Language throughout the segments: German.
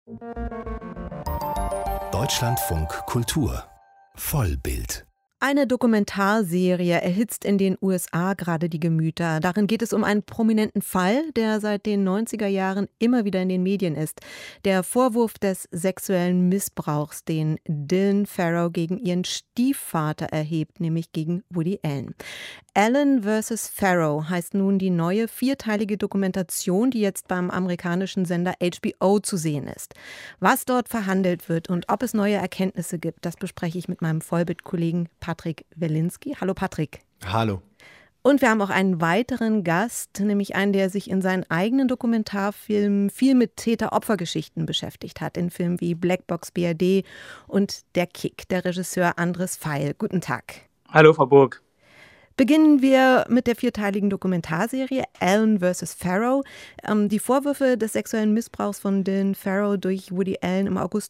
Deutschlandfunk Kultur Vollbild. Eine Dokumentarserie erhitzt in den USA gerade die Gemüter. Darin geht es um einen prominenten Fall, der seit den 90er Jahren immer wieder in den Medien ist. Der Vorwurf des sexuellen Missbrauchs, den Dylan Farrow gegen ihren Stiefvater erhebt, nämlich gegen Woody Allen. Allen vs. Farrow heißt nun die neue vierteilige Dokumentation, die jetzt beim amerikanischen Sender HBO zu sehen ist. Was dort verhandelt wird und ob es neue Erkenntnisse gibt, das bespreche ich mit meinem Vollbild-Kollegen Patrick Welinski. Hallo Patrick. Hallo. Und wir haben auch einen weiteren Gast, nämlich einen, der sich in seinen eigenen Dokumentarfilmen viel mit Täter-Opfer-Geschichten beschäftigt hat, in Filmen wie Blackbox BRD und Der Kick, der Regisseur Andres Feil. Guten Tag. Hallo Frau Burg. Beginnen wir mit der vierteiligen Dokumentarserie Allen vs. Farrow. Die Vorwürfe des sexuellen Missbrauchs von Dylan Farrow durch Woody Allen im August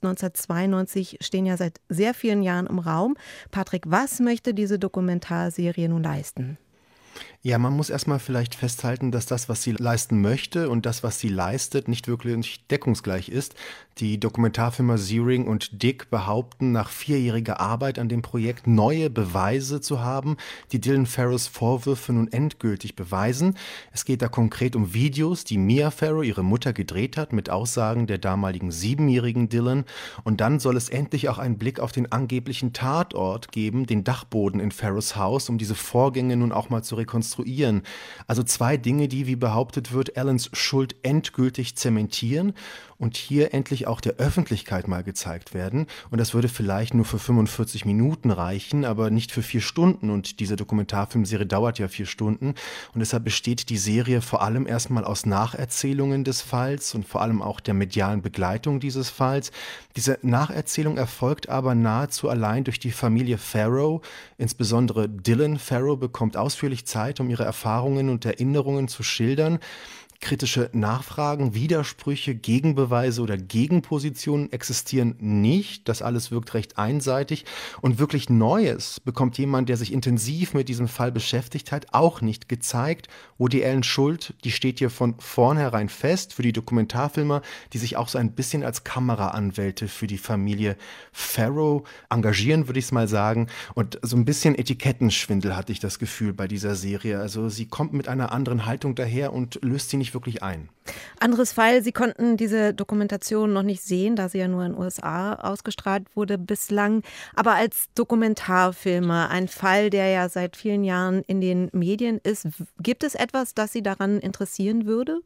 1992 stehen ja seit sehr vielen Jahren im Raum. Patrick, was möchte diese Dokumentarserie nun leisten? Ja, man muss erstmal vielleicht festhalten, dass das, was sie leisten möchte und das, was sie leistet, nicht wirklich deckungsgleich ist. Die Dokumentarfilmer Searing und Dick behaupten, nach 4-jähriger Arbeit an dem Projekt neue Beweise zu haben, die Dylan Farrows Vorwürfe nun endgültig beweisen. Es geht da konkret um Videos, die Mia Farrow, ihre Mutter, gedreht hat, mit Aussagen der damaligen 7-jährigen Dylan. Und dann soll es endlich auch einen Blick auf den angeblichen Tatort geben, den Dachboden in Farrows Haus, um diese Vorgänge nun auch mal zu rekonstruieren. Also 2 Dinge, die, wie behauptet wird, Allens Schuld endgültig zementieren und hier endlich auch der Öffentlichkeit mal gezeigt werden. Und das würde vielleicht nur für 45 Minuten reichen, aber nicht für 4 Stunden. Und diese Dokumentarfilmserie dauert ja 4 Stunden. Und deshalb besteht die Serie vor allem erstmal aus Nacherzählungen des Falls und vor allem auch der medialen Begleitung dieses Falls. Diese Nacherzählung erfolgt aber nahezu allein durch die Familie Farrow. Insbesondere Dylan Farrow bekommt ausführlich Zeit, um ihre Erfahrungen und Erinnerungen zu schildern. Kritische Nachfragen, Widersprüche, Gegenbeweise oder Gegenpositionen existieren nicht. Das alles wirkt recht einseitig. Und wirklich Neues bekommt jemand, der sich intensiv mit diesem Fall beschäftigt hat, auch nicht gezeigt. Woody Allens Schuld, die steht hier von vornherein fest für die Dokumentarfilmer, die sich auch so ein bisschen als Kameraanwälte für die Familie Farrow engagieren, würde ich es mal sagen. Und so ein bisschen Etikettenschwindel hatte ich das Gefühl bei dieser Serie. Also sie kommt mit einer anderen Haltung daher und löst sie nicht wirklich ein. Andres Feil, Sie konnten diese Dokumentation noch nicht sehen, da sie ja nur in den USA ausgestrahlt wurde bislang. Aber als Dokumentarfilmer, ein Fall, der ja seit vielen Jahren in den Medien ist, gibt es etwas, das Sie daran interessieren würde?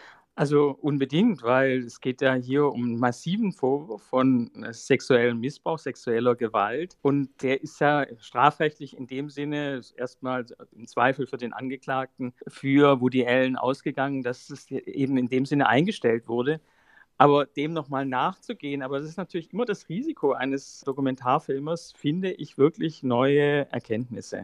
Also unbedingt, weil es geht ja hier um einen massiven Vorwurf von sexuellem Missbrauch, sexueller Gewalt. Und der ist ja strafrechtlich in dem Sinne erstmal im Zweifel für den Angeklagten für Woody Allen ausgegangen, dass es eben in dem Sinne eingestellt wurde. Aber dem nochmal nachzugehen, aber das ist natürlich immer das Risiko eines Dokumentarfilmers, finde ich wirklich neue Erkenntnisse.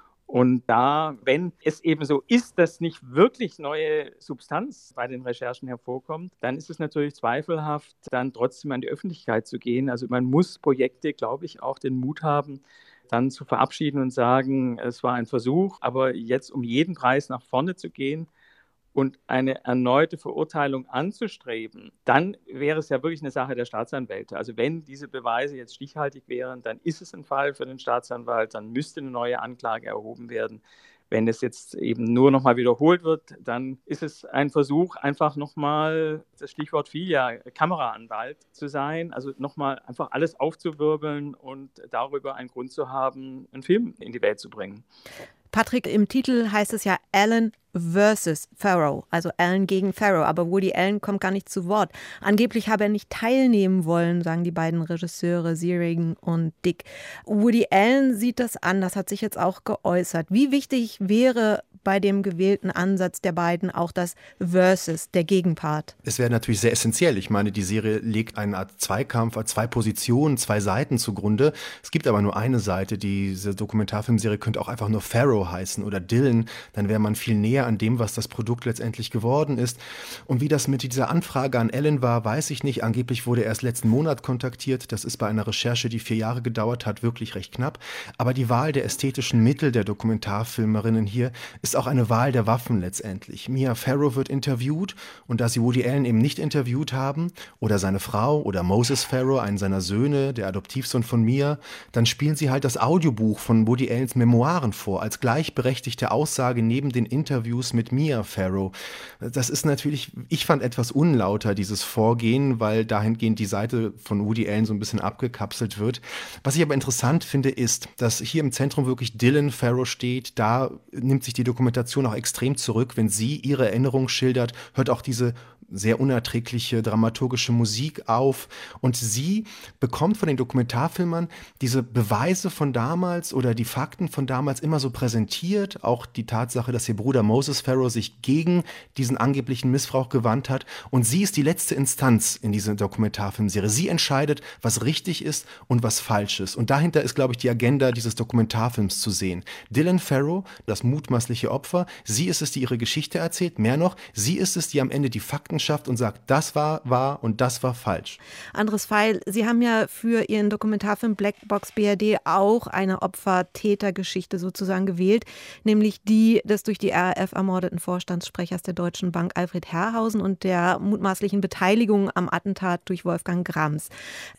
Und da, wenn es eben so ist, dass nicht wirklich neue Substanz bei den Recherchen hervorkommt, dann ist es natürlich zweifelhaft, dann trotzdem an die Öffentlichkeit zu gehen. Also man muss Projekte, glaube ich, auch den Mut haben, dann zu verabschieden und sagen, es war ein Versuch, aber jetzt um jeden Preis nach vorne zu gehen und eine erneute Verurteilung anzustreben, dann wäre es ja wirklich eine Sache der Staatsanwälte. Also wenn diese Beweise jetzt stichhaltig wären, dann ist es ein Fall für den Staatsanwalt, dann müsste eine neue Anklage erhoben werden. Wenn es jetzt eben nur nochmal wiederholt wird, dann ist es ein Versuch, einfach nochmal, das Stichwort fiel ja, Kameraanwalt zu sein, also nochmal einfach alles aufzuwirbeln und darüber einen Grund zu haben, einen Film in die Welt zu bringen. Patrick, im Titel heißt es ja Allen versus Farrow, also Allen gegen Farrow, aber Woody Allen kommt gar nicht zu Wort. Angeblich habe er nicht teilnehmen wollen, sagen die beiden Regisseure Searing und Dick. Woody Allen sieht das anders, hat sich jetzt auch geäußert. Wie wichtig wäre bei dem gewählten Ansatz der beiden auch das Versus, der Gegenpart? Es wäre natürlich sehr essentiell. Ich meine, die Serie legt eine Art Zweikampf, 2 Positionen, 2 Seiten zugrunde. Es gibt aber nur eine Seite. Diese Dokumentarfilmserie könnte auch einfach nur Farrow heißen oder Dylan. Dann wäre man viel näher näher an dem, was das Produkt letztendlich geworden ist. Und wie das mit dieser Anfrage an Alan war, weiß ich nicht. Angeblich wurde er erst letzten Monat kontaktiert. Das ist bei einer Recherche, die 4 Jahre gedauert hat, wirklich recht knapp. Aber die Wahl der ästhetischen Mittel der Dokumentarfilmerinnen hier ist auch eine Wahl der Waffen letztendlich. Mia Farrow wird interviewt und da sie Woody Allen eben nicht interviewt haben oder seine Frau oder Moses Farrow, einen seiner Söhne, der Adoptivsohn von Mia, dann spielen sie halt das Audiobuch von Woody Allens Memoiren vor, als gleichberechtigte Aussage neben den Interviews mit Mia Farrow. Das ist natürlich, ich fand etwas unlauter, dieses Vorgehen, weil dahingehend die Seite von Woody Allen so ein bisschen abgekapselt wird. Was ich aber interessant finde, ist, dass hier im Zentrum wirklich Dylan Farrow steht. Da nimmt sich die Dokumentation auch extrem zurück. Wenn sie ihre Erinnerung schildert, hört auch diese sehr unerträgliche dramaturgische Musik auf und sie bekommt von den Dokumentarfilmern diese Beweise von damals oder die Fakten von damals immer so präsentiert, auch die Tatsache, dass ihr Bruder Moses Farrow sich gegen diesen angeblichen Missbrauch gewandt hat und sie ist die letzte Instanz in dieser Dokumentarfilmserie. Sie entscheidet, was richtig ist und was falsch ist und dahinter ist, glaube ich, die Agenda dieses Dokumentarfilms zu sehen. Dylan Farrow, das mutmaßliche Opfer, sie ist es, die ihre Geschichte erzählt, mehr noch, sie ist es, die am Ende die Fakten schafft und sagt, das war wahr und das war falsch. Andres Pfeil, Sie haben ja für Ihren Dokumentarfilm Blackbox BRD auch eine Opfer-Täter-Geschichte sozusagen gewählt, nämlich die des durch die RAF ermordeten Vorstandssprechers der Deutschen Bank Alfred Herrhausen und der mutmaßlichen Beteiligung am Attentat durch Wolfgang Grams.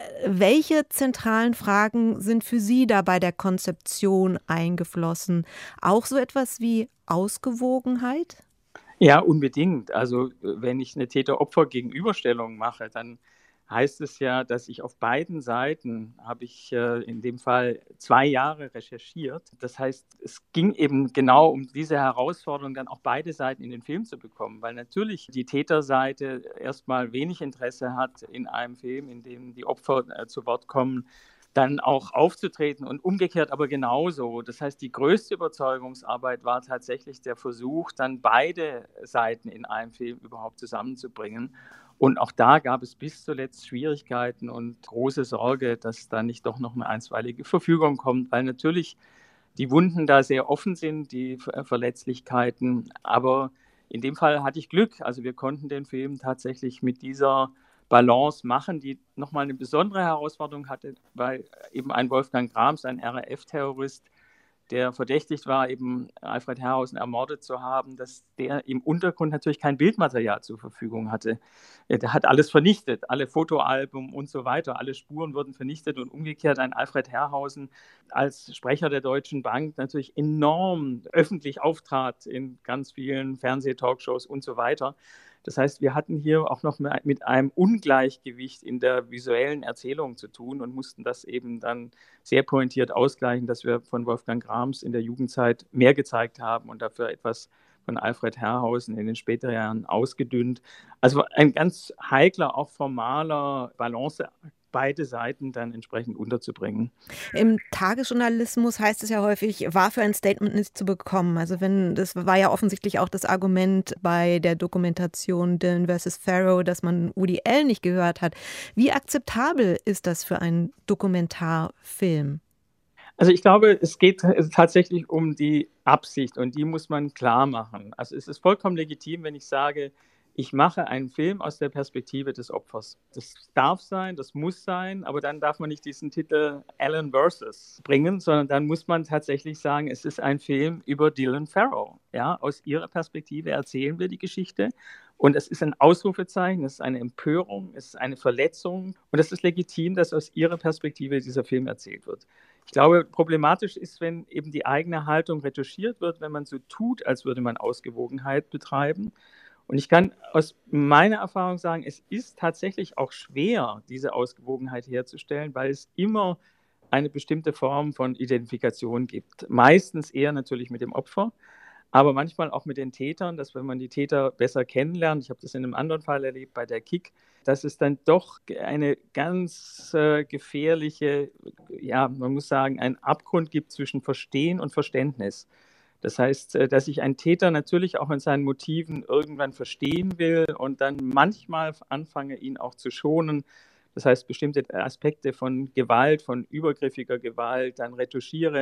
Welche zentralen Fragen sind für Sie da bei der Konzeption eingeflossen? Auch so etwas wie Ausgewogenheit? Ja, unbedingt. Also wenn ich eine Täter-Opfer-Gegenüberstellung mache, dann heißt es ja, dass ich auf beiden Seiten, habe ich in dem Fall 2 Jahre recherchiert. Das heißt, es ging eben genau um diese Herausforderung, dann auch beide Seiten in den Film zu bekommen, weil natürlich die Täterseite erstmal wenig Interesse hat in einem Film, in dem die Opfer zu Wort kommen, dann auch aufzutreten und umgekehrt aber genauso. Das heißt, die größte Überzeugungsarbeit war tatsächlich der Versuch, dann beide Seiten in einem Film überhaupt zusammenzubringen. Und auch da gab es bis zuletzt Schwierigkeiten und große Sorge, dass da nicht doch noch eine einstweilige Verfügung kommt, weil natürlich die Wunden da sehr offen sind, die Verletzlichkeiten. Aber in dem Fall hatte ich Glück. Also wir konnten den Film tatsächlich mit dieser Balance machen, die nochmal eine besondere Herausforderung hatte, weil eben ein Wolfgang Grams, ein RAF-Terrorist, der verdächtigt war, eben Alfred Herrhausen ermordet zu haben, dass der im Untergrund natürlich kein Bildmaterial zur Verfügung hatte. Der hat alles vernichtet, alle Fotoalben und so weiter, alle Spuren wurden vernichtet und umgekehrt ein Alfred Herrhausen als Sprecher der Deutschen Bank natürlich enorm öffentlich auftrat in ganz vielen Fernseh-Talkshows und so weiter. Das heißt, wir hatten hier auch noch mit einem Ungleichgewicht in der visuellen Erzählung zu tun und mussten das eben dann sehr pointiert ausgleichen, dass wir von Wolfgang Grams in der Jugendzeit mehr gezeigt haben und dafür etwas von Alfred Herrhausen in den späteren Jahren ausgedünnt. Also ein ganz heikler, auch formaler Balanceakt, beide Seiten dann entsprechend unterzubringen. Im Tagesjournalismus heißt es ja häufig, war für ein Statement nicht zu bekommen. Also das war ja offensichtlich auch das Argument bei der Dokumentation Dylan vs. Farrow, dass man Woody Allen nicht gehört hat. Wie akzeptabel ist das für einen Dokumentarfilm? Also ich glaube, es geht tatsächlich um die Absicht und die muss man klar machen. Also es ist vollkommen legitim, wenn ich sage, ich mache einen Film aus der Perspektive des Opfers. Das darf sein, das muss sein, aber dann darf man nicht diesen Titel Allen versus bringen, sondern dann muss man tatsächlich sagen, es ist ein Film über Dylan Farrow. Ja, aus ihrer Perspektive erzählen wir die Geschichte und es ist ein Ausrufezeichen, es ist eine Empörung, es ist eine Verletzung und es ist legitim, dass aus ihrer Perspektive dieser Film erzählt wird. Ich glaube, problematisch ist, wenn eben die eigene Haltung retuschiert wird, wenn man so tut, als würde man Ausgewogenheit betreiben. Und ich kann aus meiner Erfahrung sagen, es ist tatsächlich auch schwer, diese Ausgewogenheit herzustellen, weil es immer eine bestimmte Form von Identifikation gibt. Meistens eher natürlich mit dem Opfer, aber manchmal auch mit den Tätern, dass wenn man die Täter besser kennenlernt, ich habe das in einem anderen Fall erlebt bei der KIK, dass es dann doch eine ganz gefährliche, ja, man muss sagen, einen Abgrund gibt zwischen Verstehen und Verständnis. Das heißt, dass ich einen Täter natürlich auch in seinen Motiven irgendwann verstehen will und dann manchmal anfange, ihn auch zu schonen. Das heißt, bestimmte Aspekte von Gewalt, von übergriffiger Gewalt, dann retuschiere,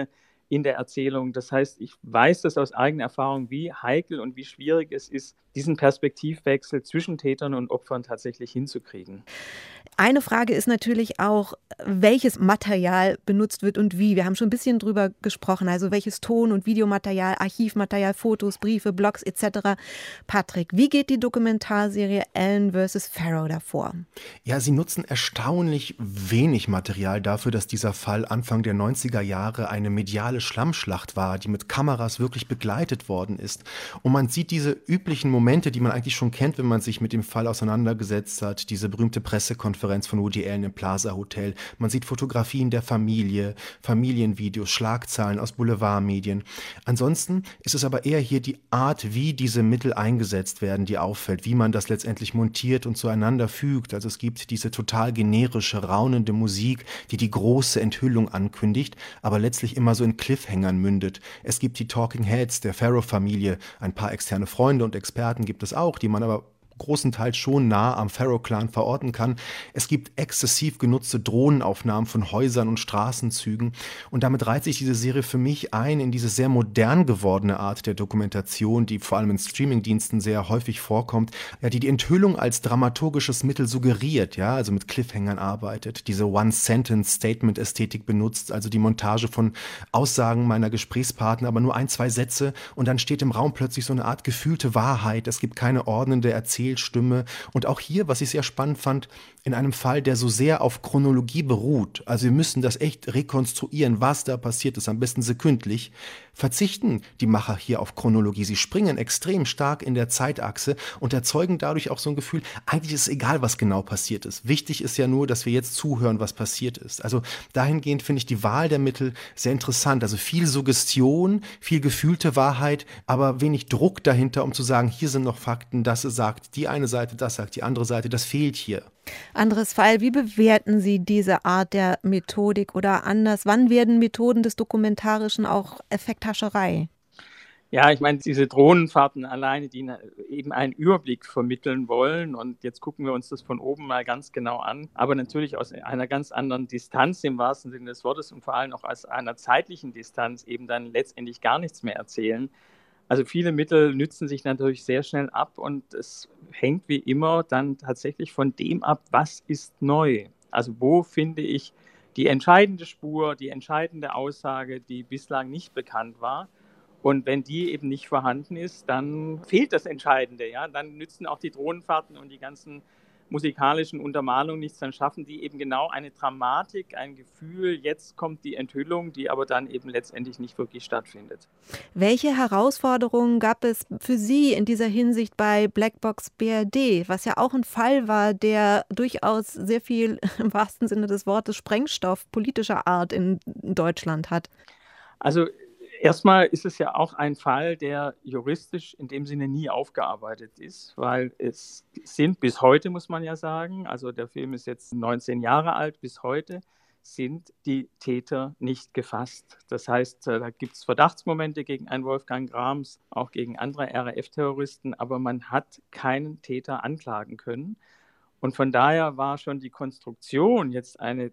in der Erzählung. Das heißt, ich weiß das aus eigener Erfahrung, wie heikel und wie schwierig es ist, diesen Perspektivwechsel zwischen Tätern und Opfern tatsächlich hinzukriegen. Eine Frage ist natürlich auch, welches Material benutzt wird und wie. Wir haben schon ein bisschen drüber gesprochen, also welches Ton- und Videomaterial, Archivmaterial, Fotos, Briefe, Blogs etc. Patrick, wie geht die Dokumentarserie Allen vs. Farrow davor? Ja, sie nutzen erstaunlich wenig Material dafür, dass dieser Fall Anfang der 90er Jahre eine mediale Schlammschlacht war, die mit Kameras wirklich begleitet worden ist. Und man sieht diese üblichen Momente, die man eigentlich schon kennt, wenn man sich mit dem Fall auseinandergesetzt hat, diese berühmte Pressekonferenz von Woody Allen im Plaza Hotel. Man sieht Fotografien der Familie, Familienvideos, Schlagzeilen aus Boulevardmedien. Ansonsten ist es aber eher hier die Art, wie diese Mittel eingesetzt werden, die auffällt, wie man das letztendlich montiert und zueinander fügt. Also es gibt diese total generische, raunende Musik, die die große Enthüllung ankündigt, aber letztlich immer so in Cliffhangern mündet. Es gibt die Talking Heads der Farrow-Familie, ein paar externe Freunde und Experten gibt es auch, die man aber großenteils schon nah am Farrow-Clan verorten kann. Es gibt exzessiv genutzte Drohnenaufnahmen von Häusern und Straßenzügen und damit reiht sich diese Serie für mich ein in diese sehr modern gewordene Art der Dokumentation, die vor allem in Streamingdiensten sehr häufig vorkommt, ja, die Enthüllung als dramaturgisches Mittel suggeriert, ja, also mit Cliffhangern arbeitet, diese One-Sentence-Statement-Ästhetik benutzt, also die Montage von Aussagen meiner Gesprächspartner, aber nur 1, 2 Sätze und dann steht im Raum plötzlich so eine Art gefühlte Wahrheit. Es gibt keine ordnende Erzählstimme und auch hier, was ich sehr spannend fand, in einem Fall, der so sehr auf Chronologie beruht, also wir müssen das echt rekonstruieren, was da passiert ist, am besten sekündlich, verzichten die Macher hier auf Chronologie. Sie springen extrem stark in der Zeitachse und erzeugen dadurch auch so ein Gefühl, eigentlich ist es egal, was genau passiert ist. Wichtig ist ja nur, dass wir jetzt zuhören, was passiert ist. Also dahingehend finde ich die Wahl der Mittel sehr interessant. Also viel Suggestion, viel gefühlte Wahrheit, aber wenig Druck dahinter, um zu sagen, hier sind noch Fakten, das sagt die eine Seite, das sagt die andere Seite, das fehlt hier. Anderes Fall, wie bewerten Sie diese Art der Methodik oder anders? Wann werden Methoden des Dokumentarischen auch Effekthascherei? Ja, ich meine, diese Drohnenfahrten alleine, die eben einen Überblick vermitteln wollen. Und jetzt gucken wir uns das von oben mal ganz genau an. Aber natürlich aus einer ganz anderen Distanz im wahrsten Sinne des Wortes und vor allem auch aus einer zeitlichen Distanz eben dann letztendlich gar nichts mehr erzählen. Also viele Mittel nützen sich natürlich sehr schnell ab und es hängt wie immer dann tatsächlich von dem ab, was ist neu. Also wo finde ich die entscheidende Spur, die entscheidende Aussage, die bislang nicht bekannt war. Und wenn die eben nicht vorhanden ist, dann fehlt das Entscheidende. Ja? Dann nützen auch die Drohnenfahrten und die ganzen musikalischen Untermalungen nichts, dann schaffen die eben genau eine Dramatik, ein Gefühl, jetzt kommt die Enthüllung, die aber dann eben letztendlich nicht wirklich stattfindet. Welche Herausforderungen gab es für Sie in dieser Hinsicht bei Blackbox BRD, was ja auch ein Fall war, der durchaus sehr viel im wahrsten Sinne des Wortes Sprengstoff politischer Art in Deutschland hat? Also erstmal ist es ja auch ein Fall, der juristisch in dem Sinne nie aufgearbeitet ist, weil es sind bis heute, muss man ja sagen, also der Film ist jetzt 19 Jahre alt, bis heute sind die Täter nicht gefasst. Das heißt, da gibt es Verdachtsmomente gegen einen Wolfgang Grams, auch gegen andere RAF-Terroristen, aber man hat keinen Täter anklagen können. Und von daher war schon die Konstruktion, jetzt eine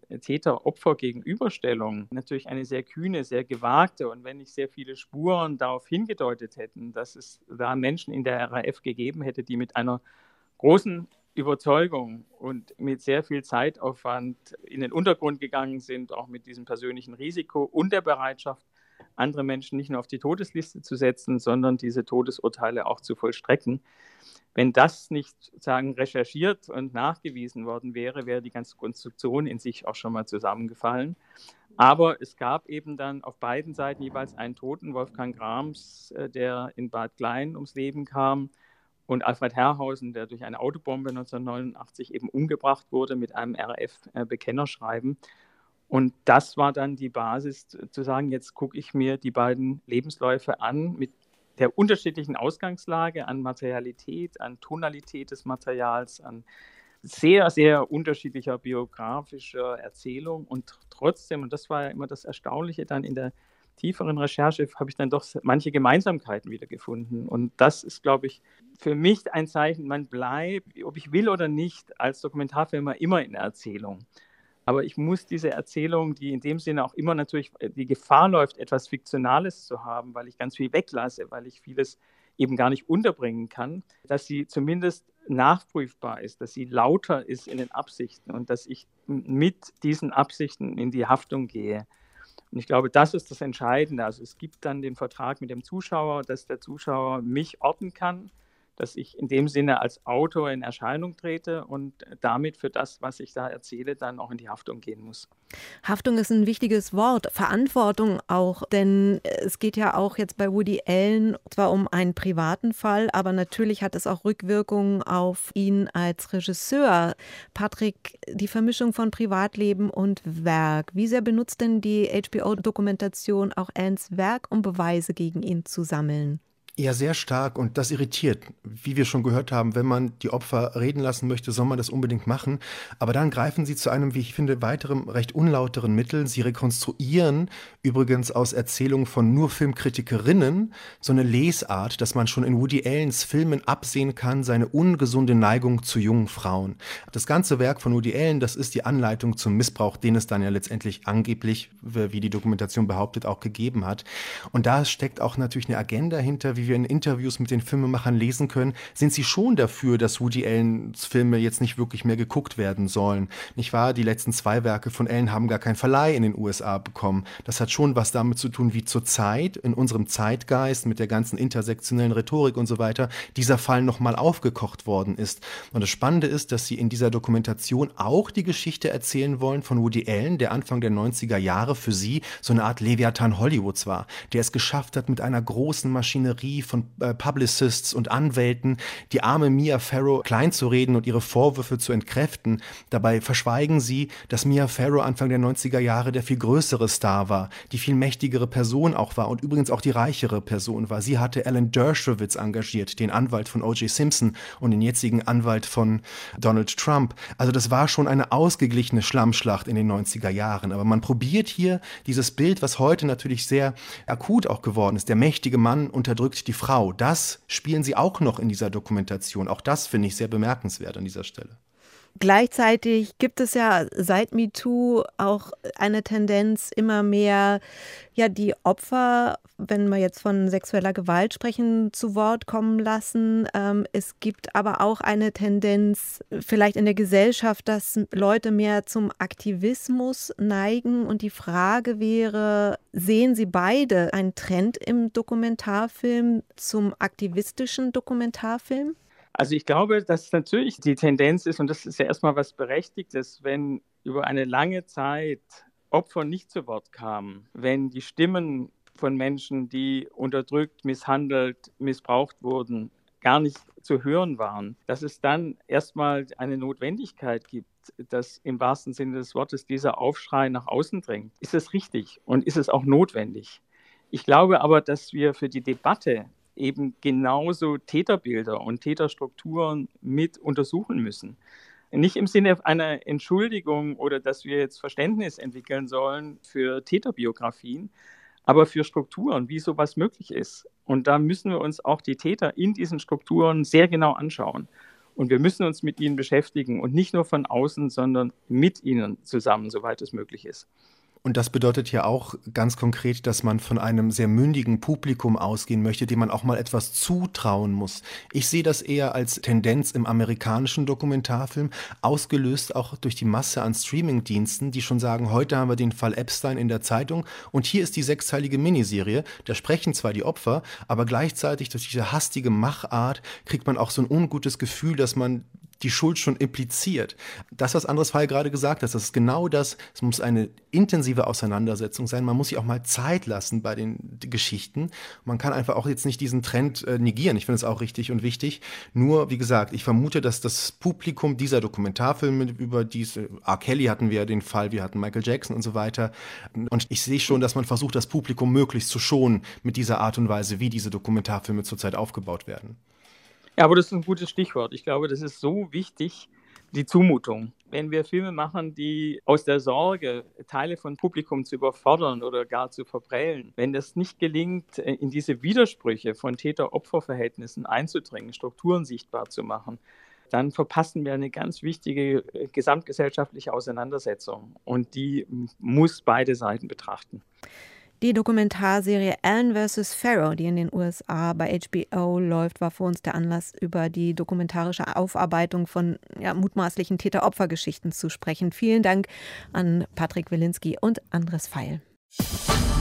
Täter-Opfer-Gegenüberstellung, natürlich eine sehr kühne, sehr gewagte. Und wenn nicht sehr viele Spuren darauf hingedeutet hätten, dass es da Menschen in der RAF gegeben hätte, die mit einer großen Überzeugung und mit sehr viel Zeitaufwand in den Untergrund gegangen sind, auch mit diesem persönlichen Risiko und der Bereitschaft, andere Menschen nicht nur auf die Todesliste zu setzen, sondern diese Todesurteile auch zu vollstrecken. Wenn das nicht sozusagen recherchiert und nachgewiesen worden wäre, wäre die ganze Konstruktion in sich auch schon mal zusammengefallen. Aber es gab eben dann auf beiden Seiten jeweils einen Toten, Wolfgang Grams, der in Bad Klein ums Leben kam, und Alfred Herrhausen, der durch eine Autobombe 1989 eben umgebracht wurde mit einem RAF-Bekennerschreiben. Und das war dann die Basis, zu sagen, jetzt gucke ich mir die beiden Lebensläufe an mit der unterschiedlichen Ausgangslage an Materialität, an Tonalität des Materials, an sehr, sehr unterschiedlicher biografischer Erzählung. Und trotzdem, und das war ja immer das Erstaunliche, dann in der tieferen Recherche habe ich dann doch manche Gemeinsamkeiten wiedergefunden. Und das ist, glaube ich, für mich ein Zeichen, man bleibt, ob ich will oder nicht, als Dokumentarfilmer immer in der Erzählung. Aber ich muss diese Erzählung, die in dem Sinne auch immer natürlich die Gefahr läuft, etwas Fiktionales zu haben, weil ich ganz viel weglasse, weil ich vieles eben gar nicht unterbringen kann, dass sie zumindest nachprüfbar ist, dass sie lauter ist in den Absichten und dass ich mit diesen Absichten in die Haftung gehe. Und ich glaube, das ist das Entscheidende. Also es gibt dann den Vertrag mit dem Zuschauer, dass der Zuschauer mich orten kann, dass ich in dem Sinne als Autor in Erscheinung trete und damit für das, was ich da erzähle, dann auch in die Haftung gehen muss. Haftung ist ein wichtiges Wort, Verantwortung auch, denn es geht ja auch jetzt bei Woody Allen zwar um einen privaten Fall, aber natürlich hat es auch Rückwirkungen auf ihn als Regisseur. Patrick, die Vermischung von Privatleben und Werk, wie sehr benutzt denn die HBO-Dokumentation auch Allens Werk, um Beweise gegen ihn zu sammeln? Ja, sehr stark und das irritiert. Wie wir schon gehört haben, wenn man die Opfer reden lassen möchte, soll man das unbedingt machen. Aber dann greifen sie zu einem, wie ich finde, weiteren recht unlauteren Mittel. Sie rekonstruieren übrigens aus Erzählungen von nur Filmkritikerinnen so eine Lesart, dass man schon in Woody Allens Filmen absehen kann, seine ungesunde Neigung zu jungen Frauen. Das ganze Werk von Woody Allen, das ist die Anleitung zum Missbrauch, den es dann ja letztendlich angeblich, wie die Dokumentation behauptet, auch gegeben hat. Und da steckt auch natürlich eine Agenda hinter, wie wir in Interviews mit den Filmemachern lesen können, sind sie schon dafür, dass Woody Allens Filme jetzt nicht wirklich mehr geguckt werden sollen. Nicht wahr? Die letzten 2 Werke von Allen haben gar keinen Verleih in den USA bekommen. Das hat schon was damit zu tun, wie zur Zeit, in unserem Zeitgeist, mit der ganzen intersektionellen Rhetorik und so weiter, dieser Fall nochmal aufgekocht worden ist. Und das Spannende ist, dass sie in dieser Dokumentation auch die Geschichte erzählen wollen von Woody Allen, der Anfang der 90er Jahre für sie so eine Art Leviathan Hollywoods war, der es geschafft hat, mit einer großen Maschinerie von Publicists und Anwälten die arme Mia Farrow kleinzureden und ihre Vorwürfe zu entkräften. Dabei verschweigen sie, dass Mia Farrow Anfang der 90er Jahre der viel größere Star war, die viel mächtigere Person auch war und übrigens auch die reichere Person war. Sie hatte Alan Dershowitz engagiert, den Anwalt von O.J. Simpson und den jetzigen Anwalt von Donald Trump. Also das war schon eine ausgeglichene Schlammschlacht in den 90er Jahren. Aber man probiert hier dieses Bild, was heute natürlich sehr akut auch geworden ist. Der mächtige Mann unterdrückt die Frau. Das spielen sie auch noch in dieser Dokumentation. Auch das finde ich sehr bemerkenswert an dieser Stelle. Gleichzeitig gibt es ja seit MeToo auch eine Tendenz, immer mehr die Opfer, wenn wir jetzt von sexueller Gewalt sprechen, zu Wort kommen lassen. Es gibt aber auch eine Tendenz vielleicht in der Gesellschaft, dass Leute mehr zum Aktivismus neigen. Und die Frage wäre, sehen Sie beide einen Trend im Dokumentarfilm zum aktivistischen Dokumentarfilm? Also ich glaube, dass natürlich die Tendenz ist, und das ist ja erstmal was Berechtigtes, wenn über eine lange Zeit Opfer nicht zu Wort kamen, wenn die Stimmen von Menschen, die unterdrückt, misshandelt, missbraucht wurden, gar nicht zu hören waren, dass es dann erstmal eine Notwendigkeit gibt, dass im wahrsten Sinne des Wortes dieser Aufschrei nach außen dringt. Ist es richtig und ist es auch notwendig? Ich glaube aber, dass wir für die Debatte eben genauso Täterbilder und Täterstrukturen mit untersuchen müssen. Nicht im Sinne einer Entschuldigung oder dass wir jetzt Verständnis entwickeln sollen für Täterbiografien, aber für Strukturen, wie sowas möglich ist. Und da müssen wir uns auch die Täter in diesen Strukturen sehr genau anschauen. Und wir müssen uns mit ihnen beschäftigen und nicht nur von außen, sondern mit ihnen zusammen, soweit es möglich ist. Und das bedeutet ja auch ganz konkret, dass man von einem sehr mündigen Publikum ausgehen möchte, dem man auch mal etwas zutrauen muss. Ich sehe das eher als Tendenz im amerikanischen Dokumentarfilm, ausgelöst auch durch die Masse an Streamingdiensten, die schon sagen, heute haben wir den Fall Epstein in der Zeitung und hier ist die 6-teilige Miniserie. Da sprechen zwar die Opfer, aber gleichzeitig durch diese hastige Machart kriegt man auch so ein ungutes Gefühl, dass man die Schuld schon impliziert. Das, was Andres Fall gerade gesagt hat, das ist genau das. Es muss eine intensive Auseinandersetzung sein. Man muss sich auch mal Zeit lassen bei den Geschichten. Man kann einfach auch jetzt nicht diesen Trend negieren. Ich finde es auch richtig und wichtig. Nur, wie gesagt, ich vermute, dass das Publikum dieser Dokumentarfilme über diese, R. Kelly hatten wir den Fall, wir hatten Michael Jackson und so weiter. Und ich sehe schon, dass man versucht, das Publikum möglichst zu schonen mit dieser Art und Weise, wie diese Dokumentarfilme zurzeit aufgebaut werden. Ja, aber das ist ein gutes Stichwort. Ich glaube, das ist so wichtig, die Zumutung. Wenn wir Filme machen, die aus der Sorge, Teile von Publikum zu überfordern oder gar zu verprellen, wenn das nicht gelingt, in diese Widersprüche von Täter-Opfer-Verhältnissen einzudringen, Strukturen sichtbar zu machen, dann verpassen wir eine ganz wichtige gesamtgesellschaftliche Auseinandersetzung. Und die muss beide Seiten betrachten. Die Dokumentarserie Allen vs. Farrow, die in den USA bei HBO läuft, war für uns der Anlass, über die dokumentarische Aufarbeitung von mutmaßlichen Täter-Opfer-Geschichten zu sprechen. Vielen Dank an Patrick Wilinski und Andres Feil.